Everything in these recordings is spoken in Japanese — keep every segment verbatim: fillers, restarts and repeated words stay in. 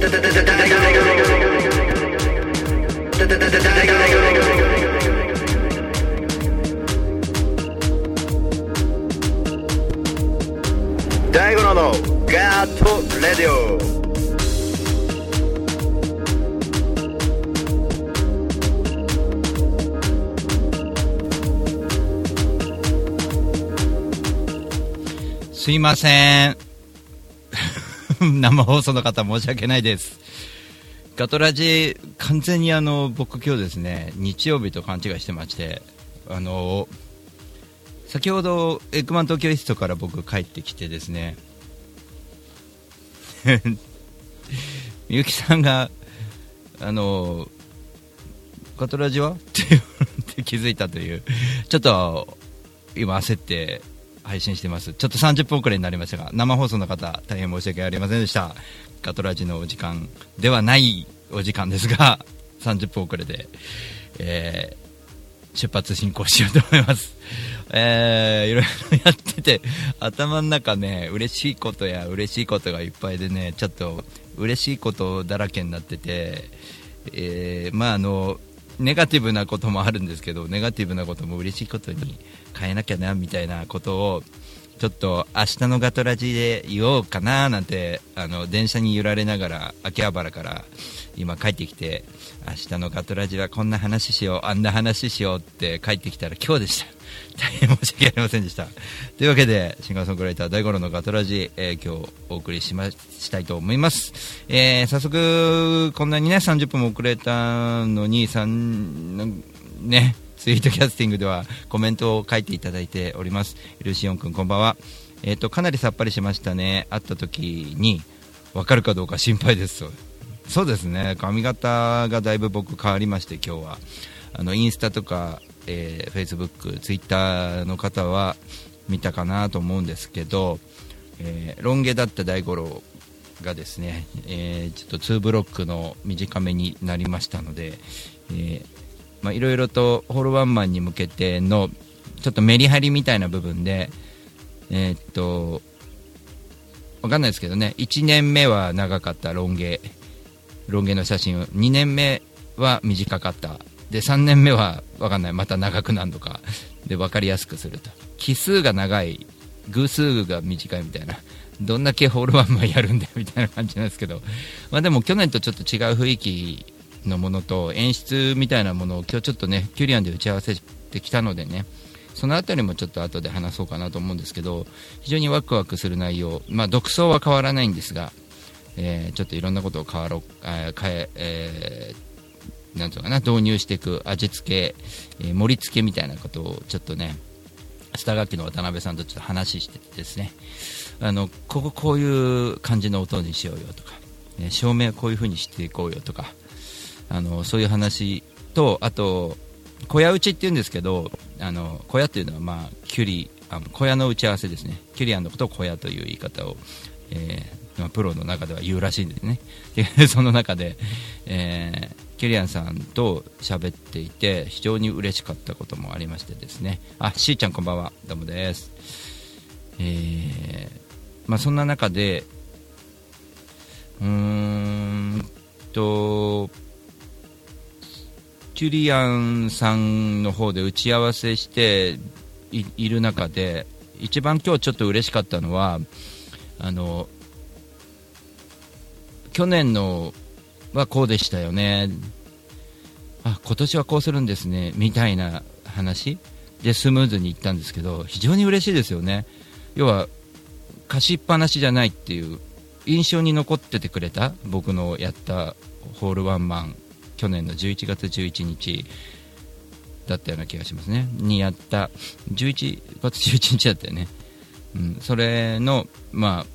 大五郎のガーットレディオ。 すいません生放送の方申し訳ないです。ガトラジ完全にあの僕今日ですね日曜日と勘違いしてまして、あの先ほどエッグマン東京イーストから僕帰ってきてですねみゆきさんがあのガトラジはって気づいたという、ちょっと今焦って配信してます。ちょっとさんじゅっぷん遅れになりましたが、生放送の方大変申し訳ありませんでした。ガトラジのお時間ではないお時間ですがさんじゅっぷん遅れで、えー、出発進行しようと思います。えー、いろいろやってて頭の中ね嬉しいことや嬉しいことがいっぱいでね、ちょっと嬉しいことだらけになってて、えー、まああのネガティブなこともあるんですけど、ネガティブなことも嬉しいことに変えなきゃなみたいなことをちょっと明日のガトラジで言おうかななんて、あの電車に揺られながら秋葉原から今帰ってきて、明日のガトラジはこんな話しようあんな話しようって帰ってきたら今日でした。大変申し訳ありませんでした。というわけでシンガーソングライター大五郎のガトラジ、えー、今日お送りしましたいと思います。えー、早速こんなにねさんじゅっぷんも遅れたのにさんねツイートキャスティングではコメントを書いていただいております。エルシオン君こんばんは。えーとかなりさっぱりしましたね。会った時に分かるかどうか心配です。そうですね、髪型がだいぶ僕変わりまして、今日はあのインスタとか、えー、フェイスブックツイッターの方は見たかなと思うんですけど、えー、ロン毛だった大五郎がですね、えー、ちょっとツーブロックの短めになりましたので、えーまあ、いろいろとホールワンマンに向けてのちょっとメリハリみたいな部分で、えー、っとわかんないですけどね、いちねんめは長かったロン毛ロン毛の写真を、にねんめは短かったで、さんねんめはわかんない、また長くなるとかで分かりやすくすると、奇数が長い偶数が短いみたいな、どんだけホールワンマンやるんだよみたいな感じなんですけど、まあ、でも去年とちょっと違う雰囲気のものと演出みたいなものを今日ちょっとねキュリアンで打ち合わせてきたのでね、そのあたりもちょっと後で話そうかなと思うんですけど、非常にワクワクする内容、まあ独創は変わらないんですが、えー、ちょっといろんなことを変わろう、えー変ええー、なんていうのかな、導入していく味付け、えー、盛り付けみたいなことをちょっとねスター楽器の渡辺さんとちょっと話しててですね、あのこここういう感じの音にしようよとか、えー、照明こういう風にしていこうよとか、あのそういう話と、あと小屋打ちっていうんですけど、あの小屋っていうのは、まあ、キュリあの小屋の打ち合わせですね。キュリアンのことを小屋という言い方を、えーまあ、プロの中では言うらしいんですね。でその中で、えー、キュリアンさんと喋っていて非常に嬉しかったこともありましてですね。あ、しーちゃんこんばんは、どうもです。えーまあ、そんな中でうーんとキュリアンさんの方で打ち合わせして い, いる中で一番今日ちょっと嬉しかったのは、あの去年のはこうでしたよね、あ今年はこうするんですねみたいな話でスムーズにいったんですけど、非常に嬉しいですよね。要は貸しっぱなしじゃないっていう印象に残っててくれた、僕のやったホールワンマン、去年のじゅういちがつじゅういちにちだったような気がしますね、にやったじゅういちがつじゅういちにちだったよね、うん、それのまあ、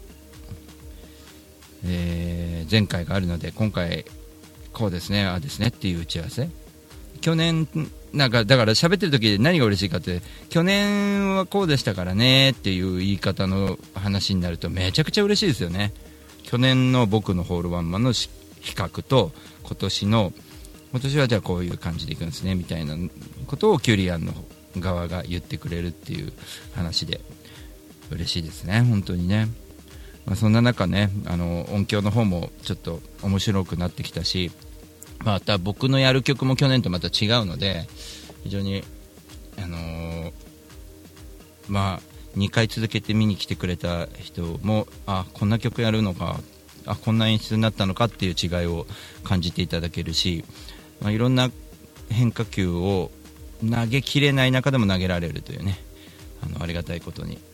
えー、前回があるので今回こうですね、ああですねっていう打ち合わせ、去年なんかだから喋ってる時で何が嬉しいかって、去年はこうでしたからねっていう言い方の話になるとめちゃくちゃ嬉しいですよね。去年の僕のホールワンマンの比較と今年の今年はじゃあこういう感じでいくんですねみたいなことをキュリアンの側が言ってくれるっていう話で嬉しいですね、本当にね。 まあ、そんな中ね、あの音響の方もちょっと面白くなってきたし、また僕のやる曲も去年とまた違うので、非常に、あのー、まあにかい続けて見に来てくれた人も、あ、こんな曲やるのか、あ、こんな演出になったのかっていう違いを感じていただけるし、まあ、いろんな変化球を投げきれない中でも投げられるというね、あのありがたいことに。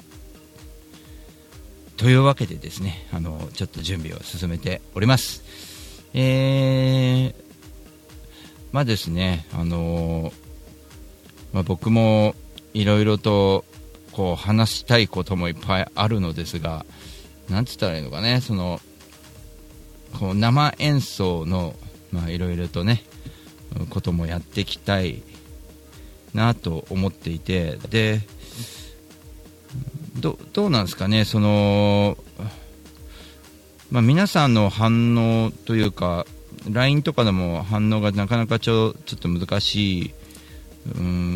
というわけでですね、あのちょっと準備を進めております。えー、まあですね、あのまあ、僕もいろいろとこう話したいこともいっぱいあるのですが、なんつったらいいのかね、そのこう生演奏のまあいろいろとねこともやっていきたいなと思っていて、で ど, どうなんですかね、その、まあ、皆さんの反応というか ライン とかでも反応がなかなかちょ, ちょっと難しい、うん、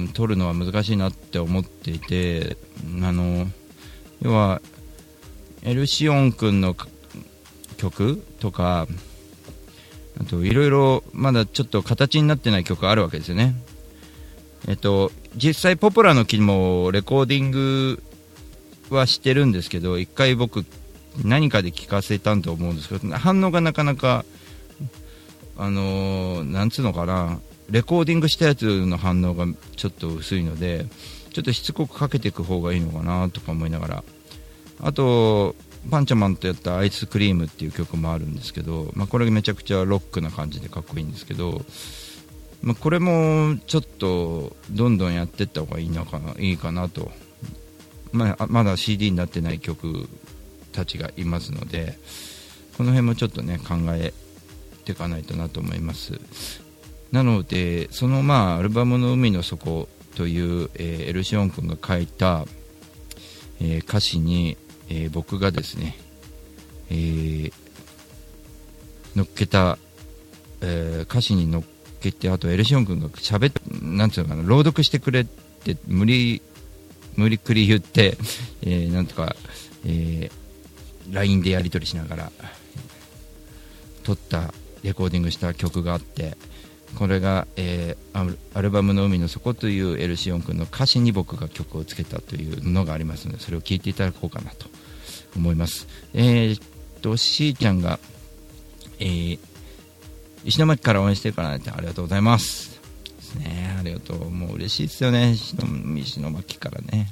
取るのは難しいなって思っていて、あの要はエルシオン君の曲とか、あといろいろまだちょっと形になってない曲あるわけですよね。えっと、実際ポプラの木もレコーディングはしてるんですけど、一回僕何かで聞かせたんと思うんですけど、反応がなかなか、あのー、なんつうのかな、レコーディングしたやつの反応がちょっと薄いので、ちょっとしつこくかけていく方がいいのかなとか思いながら、あとパンチャマンとやったアイスクリームっていう曲もあるんですけど、まあ、これめちゃくちゃロックな感じでかっこいいんですけど、まあ、これもちょっとどんどんやっていった方がいいのかな、いいかなと、まあ、まだ シーディー になってない曲たちがいますので、この辺もちょっとね考えていかないとなと思います。なのでそのまあアルバムの海の底という、えー、エルシオン君が書いた、えー、歌詞に、えー、僕がですね、えー、乗っけた、えー、歌詞に乗っけて、あとエルシオン君が喋っなんていうのかな、朗読してくれって無理無理くり言って、えー、なんとか、えー、ライン でやり取りしながら撮ったレコーディングした曲があって、これが、えー、アルバムの海の底というエルシオン君の歌詞に僕が曲をつけたというのがありますので、それを聴いていただこうかなと思います。えー、っとしーちゃんが、えー、石巻から応援してるからねってありがとうございますですね。ありがとう、もう嬉しいですよね、石巻からね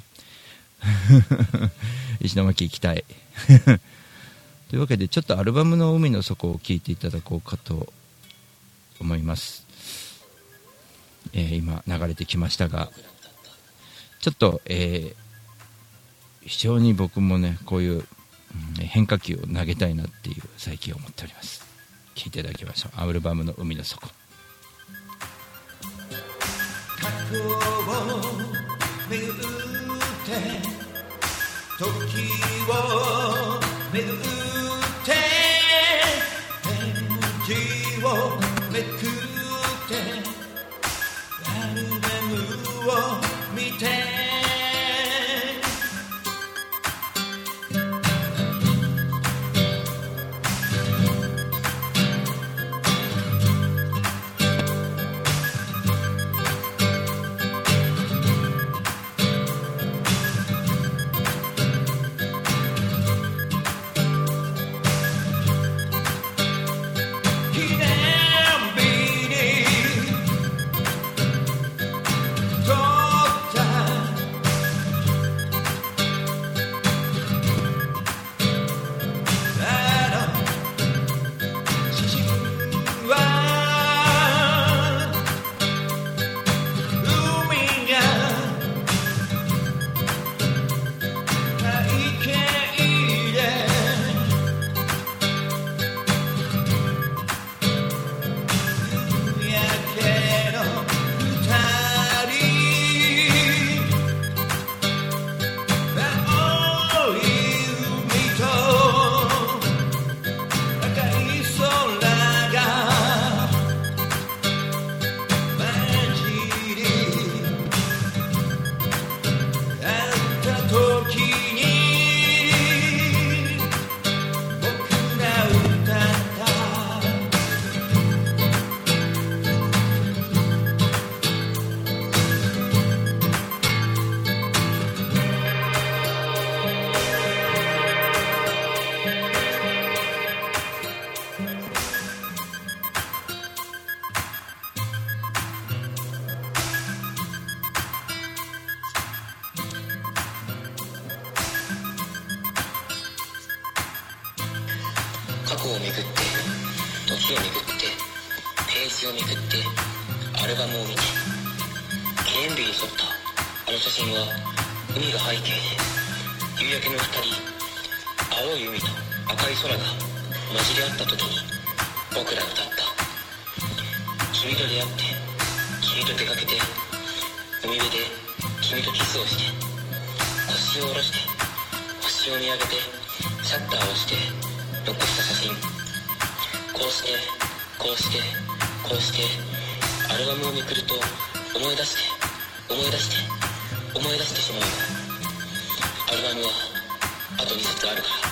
石巻行きたいというわけで、ちょっとアルバムの海の底を聴いていただこうかと思います。えー、今流れてきましたが、ちょっと、えー、非常に僕もねこういう、うん、変化球を投げたいなっていう最近思っております。聴いていただきましょう。アルバムの海の底。 過去を巡って時を巡ってページをめくってアルバムを見て過去をめぐって時をめぐってページをめくってアルバムを見て記念日に撮ったあの写真は海が背景で夕焼けの光青い海と赤い空が混じり合った時に僕ら歌った君と出会って君と出かけて海辺で君とキスをして腰を下ろして星を見上げてシャッターを押して残した写真こうしてこうしてこうしてアルバムをめくると思い出して思い出して思い出してしまうよアルバムはあとにさつあるから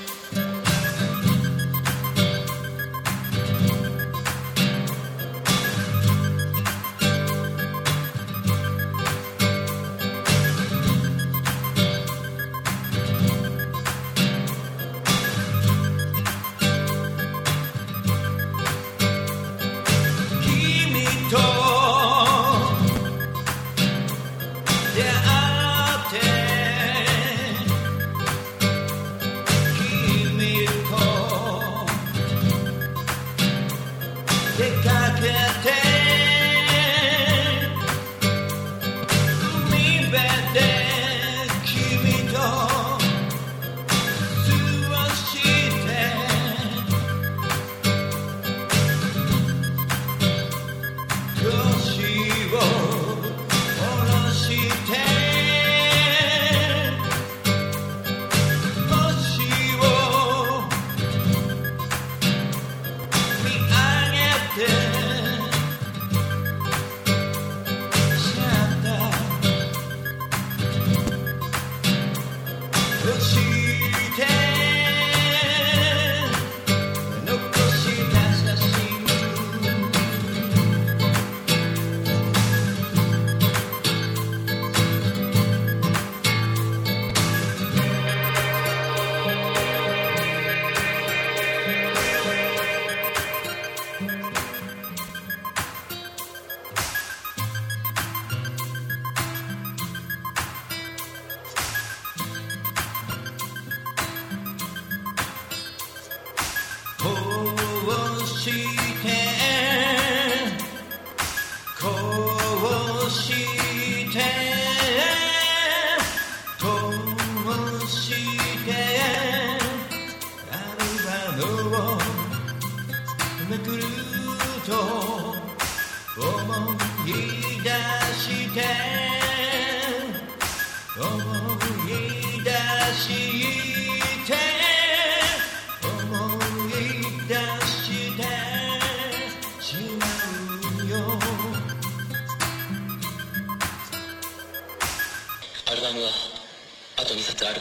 アルバムはあとにさつあるから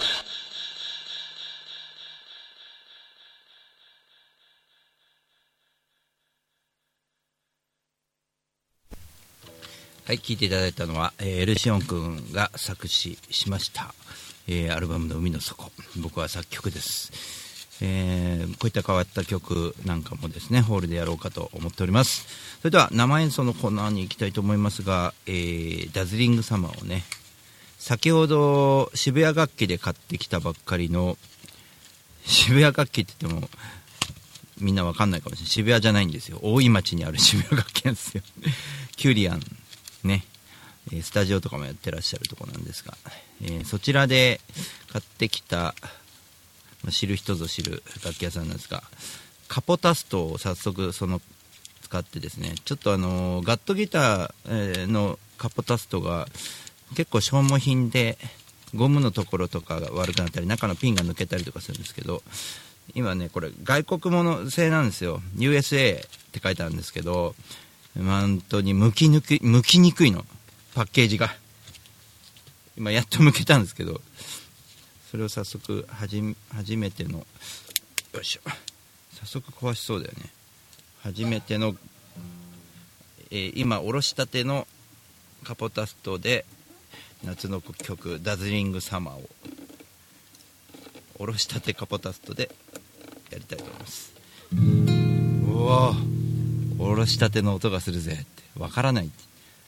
はい、聴いていただいたのは、えー、エルシオン君が作詞しました、えー、アルバムの海の底。僕は作曲です、えー、こういった変わった曲なんかもですねホールでやろうかと思っております。それでは生演奏のコーナーに行きたいと思いますが、えー、ダズリングサマーをね先ほど渋谷楽器で買ってきたばっかりの渋谷楽器って言ってもみんなわかんないかもしれない。渋谷じゃないんですよ。大井町にある渋谷楽器なんですよキュリアンね、スタジオとかもやってらっしゃるところなんですが、えー、そちらで買ってきた、まあ、知る人ぞ知る楽器屋さんなんですが、カポタストを早速その使ってですね、ちょっとあのガットギターのカポタストが結構消耗品でゴムのところとかが悪くなったり中のピンが抜けたりとかするんですけど、今ねこれ外国物製なんですよ。 ユーエスエー って書いてあるんですけど、本当に剥き抜き剥きにくいのパッケージが。今やっと剥けたんですけど、それを早速はじ初めてのよいしょ早速壊しそうだよね。初めての、えー、今おろしたてのカポタストで夏の曲ダズリングサマーをおろしたてカポタストでやりたいと思います。うわおろしたての音がするぜってわからないって。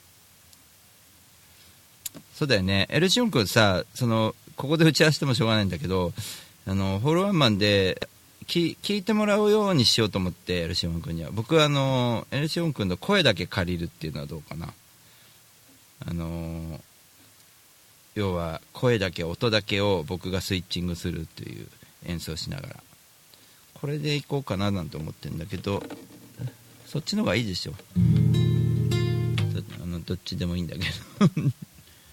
そうだよね。エルシオン君さ、そのここで打ち合わせてもしょうがないんだけど、あのホールワンマンでき聞いてもらうようにしようと思って、エルシオン君には。僕はあのエルシオン君の声だけ借りるっていうのはどうかな。あの要は声だけ、音だけを僕がスイッチングするっていう演奏しながら、これでいこうかななんて思ってるんだけど、そっちの方がいいでしょ。あのどっちでもいいんだけどよ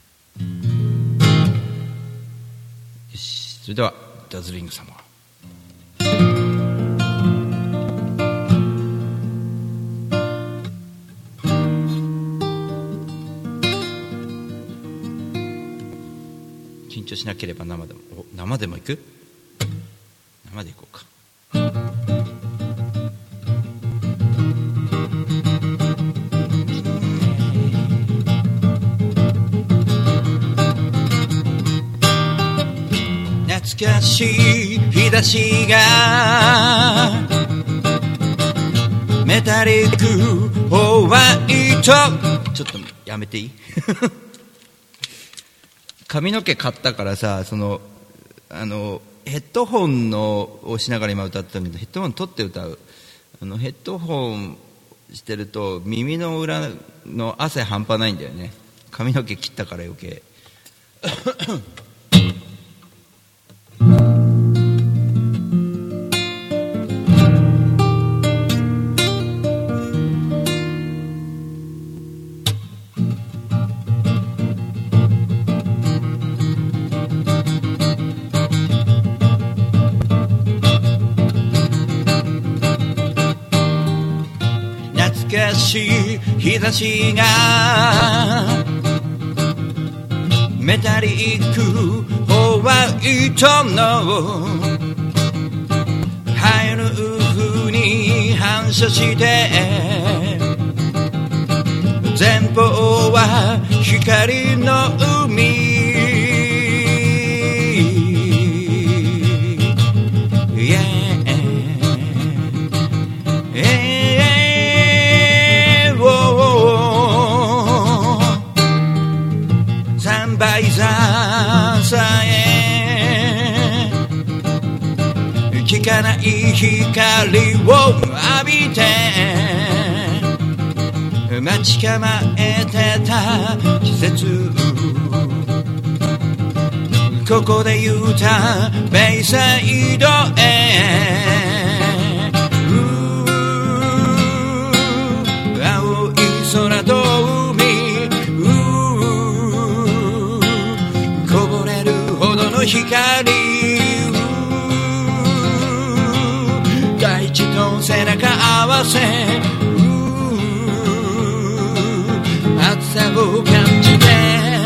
し、それではダズリング様。緊張しなければ生でも、お生でも行く？生で行こうか。懐かしい日差しがメタリックホワイト。ちょっとやめていい髪の毛買ったからさ、そのあのヘッドホンのをしながら今歌ってたんだけど、ヘッドホン取って歌う。あのヘッドホンしてると耳の裏の汗半端ないんだよね。髪の毛切ったから余計懐かしい日差しがメタリックホワイトのハイルーフに反射して前方は光の海、yeah. サンバイザーさえ効かない光を浴びて待ち構えてた季節、ここで言うたベイサイドへ青い空と海、こぼれるほどの光、大地と背中合わせ暑さを感じて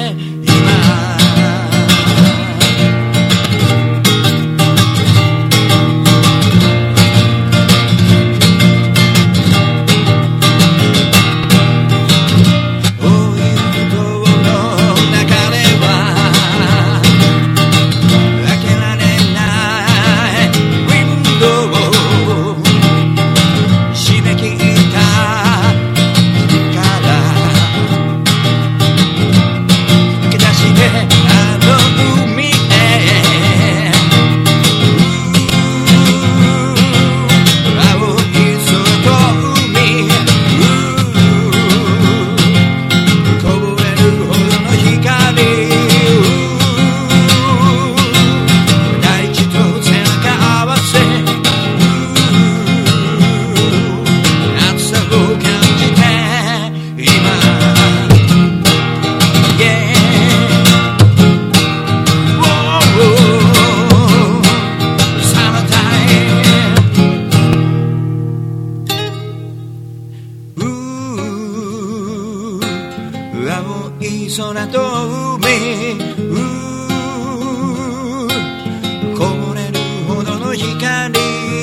空と海、こぼれるほどの光、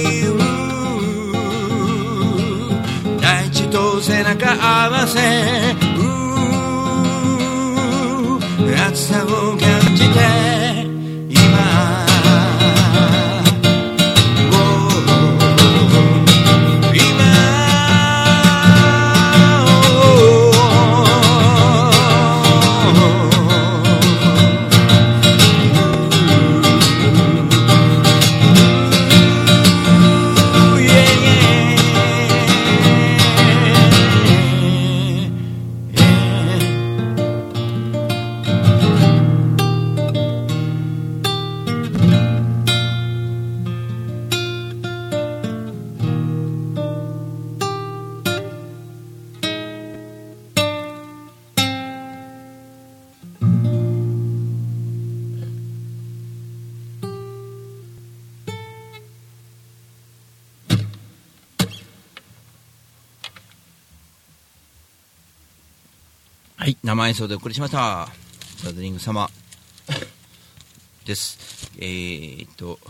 大地と背中合わせ暑さを感じて今はい、生演奏でお送りしましたザ・ドリング様です。えーっと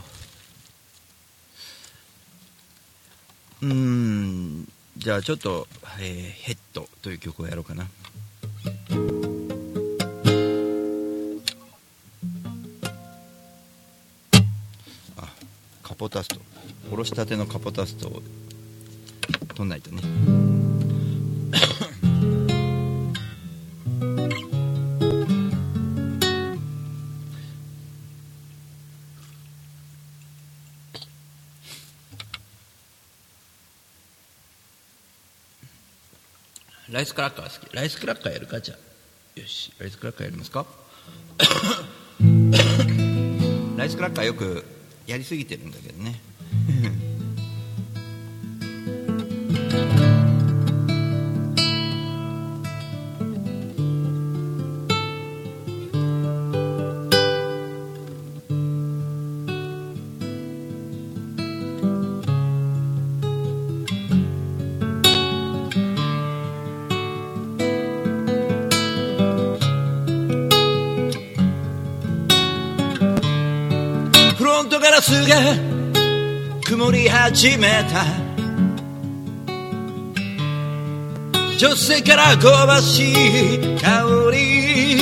うーんじゃあちょっと、えー、ヘッドという曲をやろうかな。あ、カポタスト、おろしたてのカポタストを取んないとね。ライスクラッカー好き。ライスクラッカーやるか。じゃあよし、ライスクラッカーやりますかライスクラッカーよくやりすぎてるんだけどねガラスが曇り始めた。女性から香ばしい香り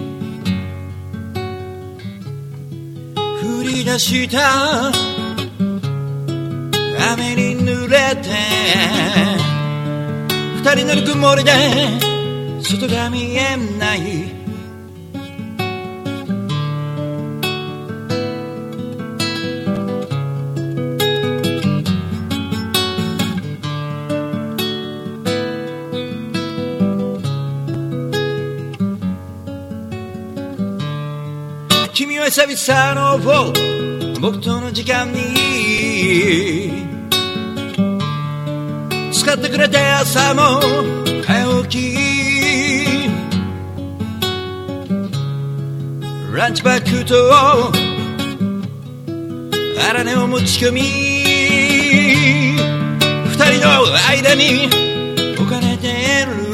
降り出した雨に濡れて二人のぬくもりで外が見えない。君は久々の僕との時間に使ってくれて朝も早起きランチバッグと荒根を持ち込み二人の間に置かれてる。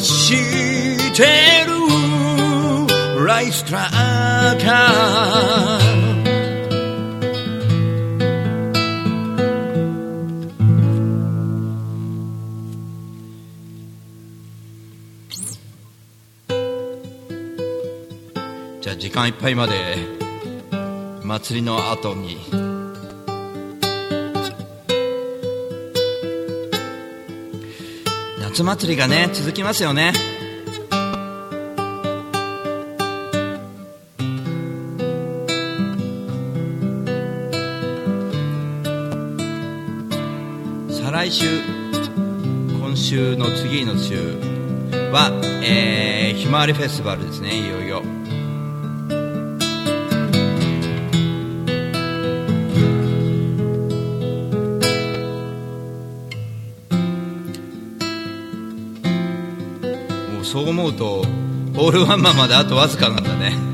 してるライストラッカーじゃあ時間いっぱいまで祭りの後に夏祭りがね続きますよね。再来週今週の次の週は、えー、ひまわりフェスティバルですね。いよいよもうそう思うとホールワンマンまであとわずかなんだね。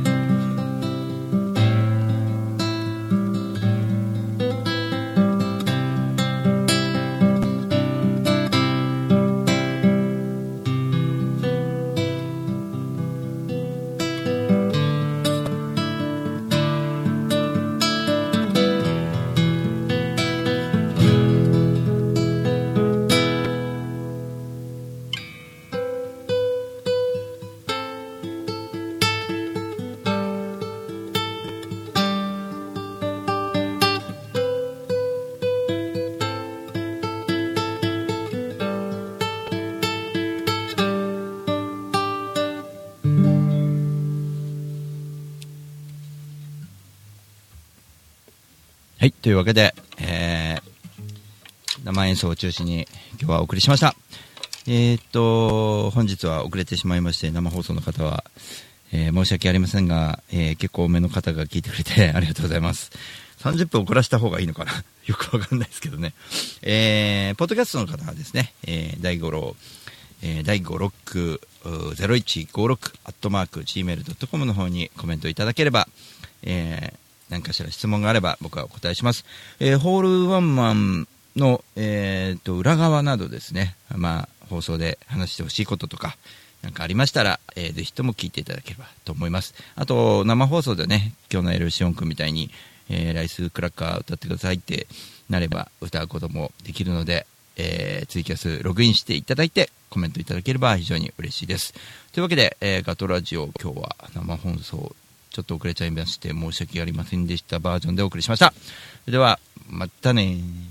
はい、というわけで、えー、生演奏を中心に今日はお送りしました。えーっと本日は遅れてしまいまして、生放送の方は、えー、申し訳ありませんが、えー、結構多めの方が聞いてくれてありがとうございます。さんじゅっぷん遅らせた方がいいのかなよくわかんないですけどね。えー、ポッドキャストの方はですね、えー、第五郎、えー、第五ロックゼロいちごろくアットマーク ジーメールドットコム の方にコメントいただければ、えー何かしら質問があれば僕はお答えします。えー、ホールワンマンの、えー、と裏側などですね、まあ、放送で話してほしいこととか何かありましたら、えー、ぜひとも聞いていただければと思います。あと生放送でね、今日のエルシオン君みたいに、えー、ライスクラッカー歌ってくださいってなれば歌うこともできるので、えー、ツイキャスログインしていただいてコメントいただければ非常に嬉しいです。というわけで、えー、ガトラジオ今日は生放送ちょっと遅れちゃいまして申し訳ありませんでしたバージョンでお送りしました。それではまたね。